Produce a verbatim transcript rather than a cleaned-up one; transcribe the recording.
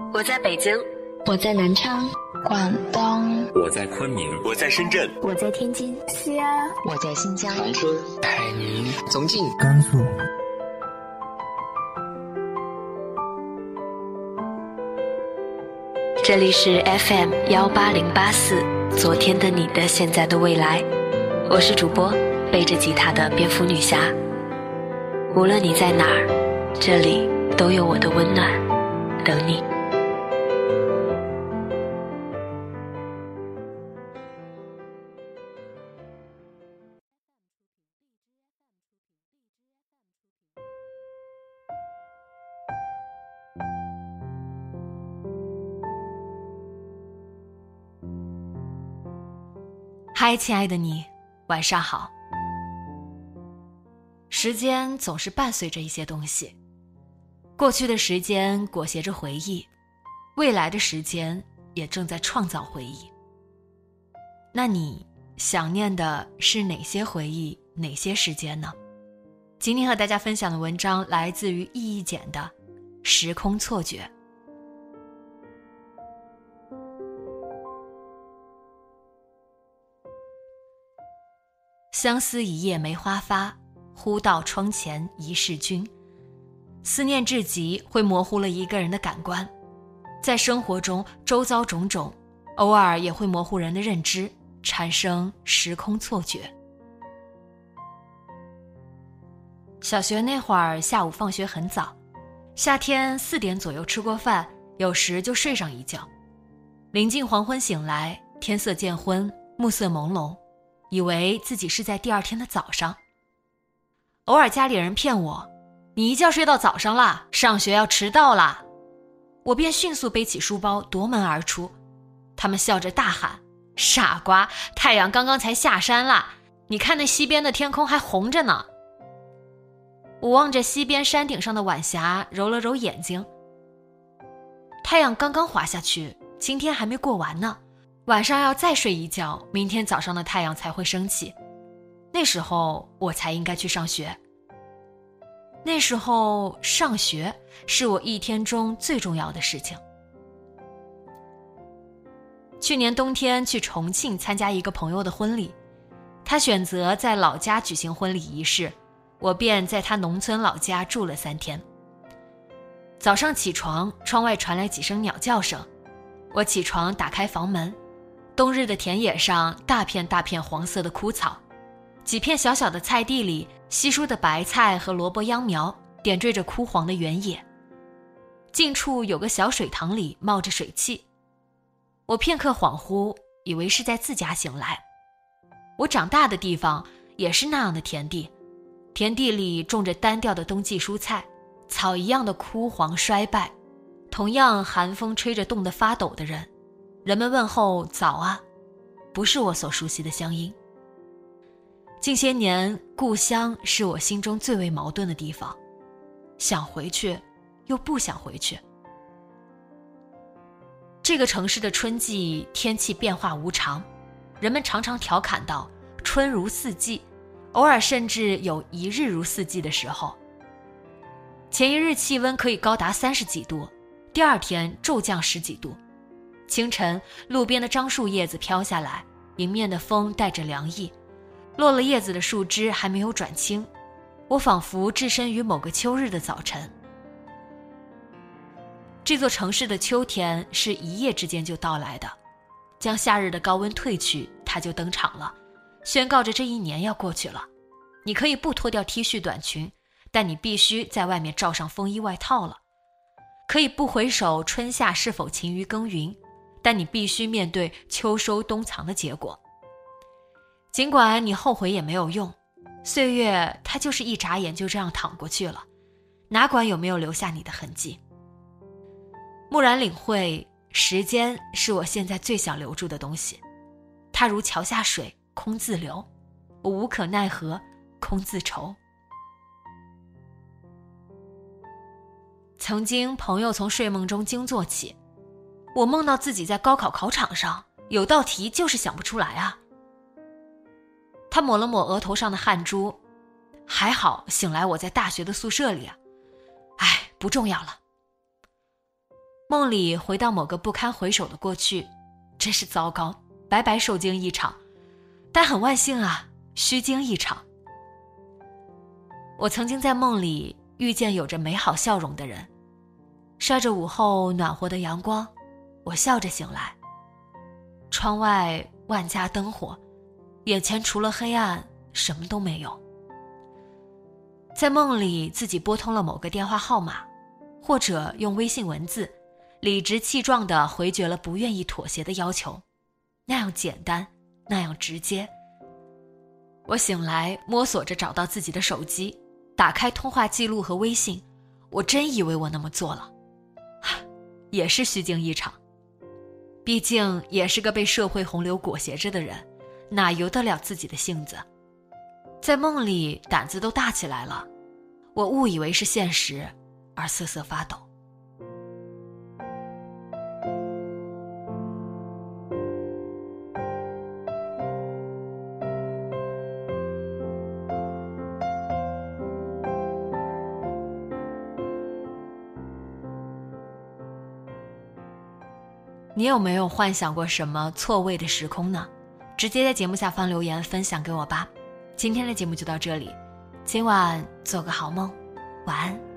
我在北京， 我在南昌， 广东， 我在昆明， 我在深圳， 我在天津， 西安， 我在新疆， 长春， 海宁， 重庆， 甘肃。 这里是 F M 一八零八四，昨天的你的现在的未来，我是主播背着吉他的蝙蝠女侠。无论你在哪儿，这里都有我的温暖等你。 嗨，亲爱的你，晚上好。时间总是伴随着一些东西，过去的时间裹挟着回忆，未来的时间也正在创造回忆。那你想念的是哪些回忆，哪些时间呢？今天和大家分享的文章来自于易易简的《时空错觉》。相思一夜梅花发，忽到窗前疑是君。思念至极会模糊了一个人的感官，在生活中周遭种种偶尔也会模糊人的认知，产生时空错觉。小学那会儿下午放学很早，夏天四点左右吃过饭，有时就睡上一觉。临近黄昏醒来，天色渐昏，暮色朦胧，以为自己是在第二天的早上。偶尔家里人骗我，你一觉睡到早上啦，上学要迟到啦，我便迅速背起书包夺门而出。他们笑着大喊，傻瓜，太阳刚刚才下山啦，你看那西边的天空还红着呢。我望着西边山顶上的晚霞，揉了揉眼睛。太阳刚刚滑下去，今天还没过完呢，晚上要再睡一觉，明天早上的太阳才会升起，那时候我才应该去上学。那时候上学是我一天中最重要的事情。去年冬天去重庆参加一个朋友的婚礼，他选择在老家举行婚礼仪式，我便在他农村老家住了三天。早上起床，窗外传来几声鸟叫声，我起床打开房门，冬日的田野上大片大片黄色的枯草，几片小小的菜地里稀疏的白菜和萝卜秧苗点缀着枯黄的原野，近处有个小水塘里冒着水汽。我片刻恍惚，以为是在自家醒来。我长大的地方也是那样的田地，田地里种着单调的冬季蔬菜，草一样的枯黄衰败，同样寒风吹着冻得发抖的人，人们问候早啊，不是我所熟悉的乡音。近些年，故乡是我心中最为矛盾的地方，想回去又不想回去。这个城市的春季天气变化无常，人们常常调侃道春如四季，偶尔甚至有一日如四季的时候。前一日气温可以高达三十几度，第二天骤降十几度。清晨，路边的樟树叶子飘下来，迎面的风带着凉意，落了叶子的树枝还没有转青，我仿佛置身于某个秋日的早晨。这座城市的秋天是一夜之间就到来的，将夏日的高温褪去，它就登场了，宣告着这一年要过去了。你可以不脱掉 T 恤短裙，但你必须在外面罩上风衣外套了。可以不回首春夏是否勤于耕耘，但你必须面对秋收冬藏的结果。尽管你后悔也没有用，岁月它就是一眨眼就这样淌过去了，哪管有没有留下你的痕迹。蓦然领会，时间是我现在最想留住的东西，它如桥下水，空自流，我无可奈何，空自愁。曾经朋友从睡梦中惊坐起，我梦到自己在高考考场上，有道题就是想不出来啊。他抹了抹额头上的汗珠，还好醒来我在大学的宿舍里啊，哎，不重要了。 梦里回到某个不堪回首的过去，真是糟糕，白白受惊一场。但很万幸啊，虚惊一场。我曾经在梦里遇见有着美好笑容的人，晒着午后暖和的阳光，我笑着醒来。窗外万家灯火，眼前除了黑暗什么都没有。在梦里自己拨通了某个电话号码，或者用微信文字理直气壮地回绝了不愿意妥协的要求，那样简单，那样直接。我醒来摸索着找到自己的手机，打开通话记录和微信，我真以为我那么做了，也是虚惊一场。毕竟也是个被社会洪流裹挟着的人，哪由得了自己的性子。在梦里胆子都大起来了，我误以为是现实，而瑟瑟发抖。你有没有幻想过什么错位的时空呢？直接在节目下方留言分享给我吧。今天的节目就到这里，今晚做个好梦，晚安。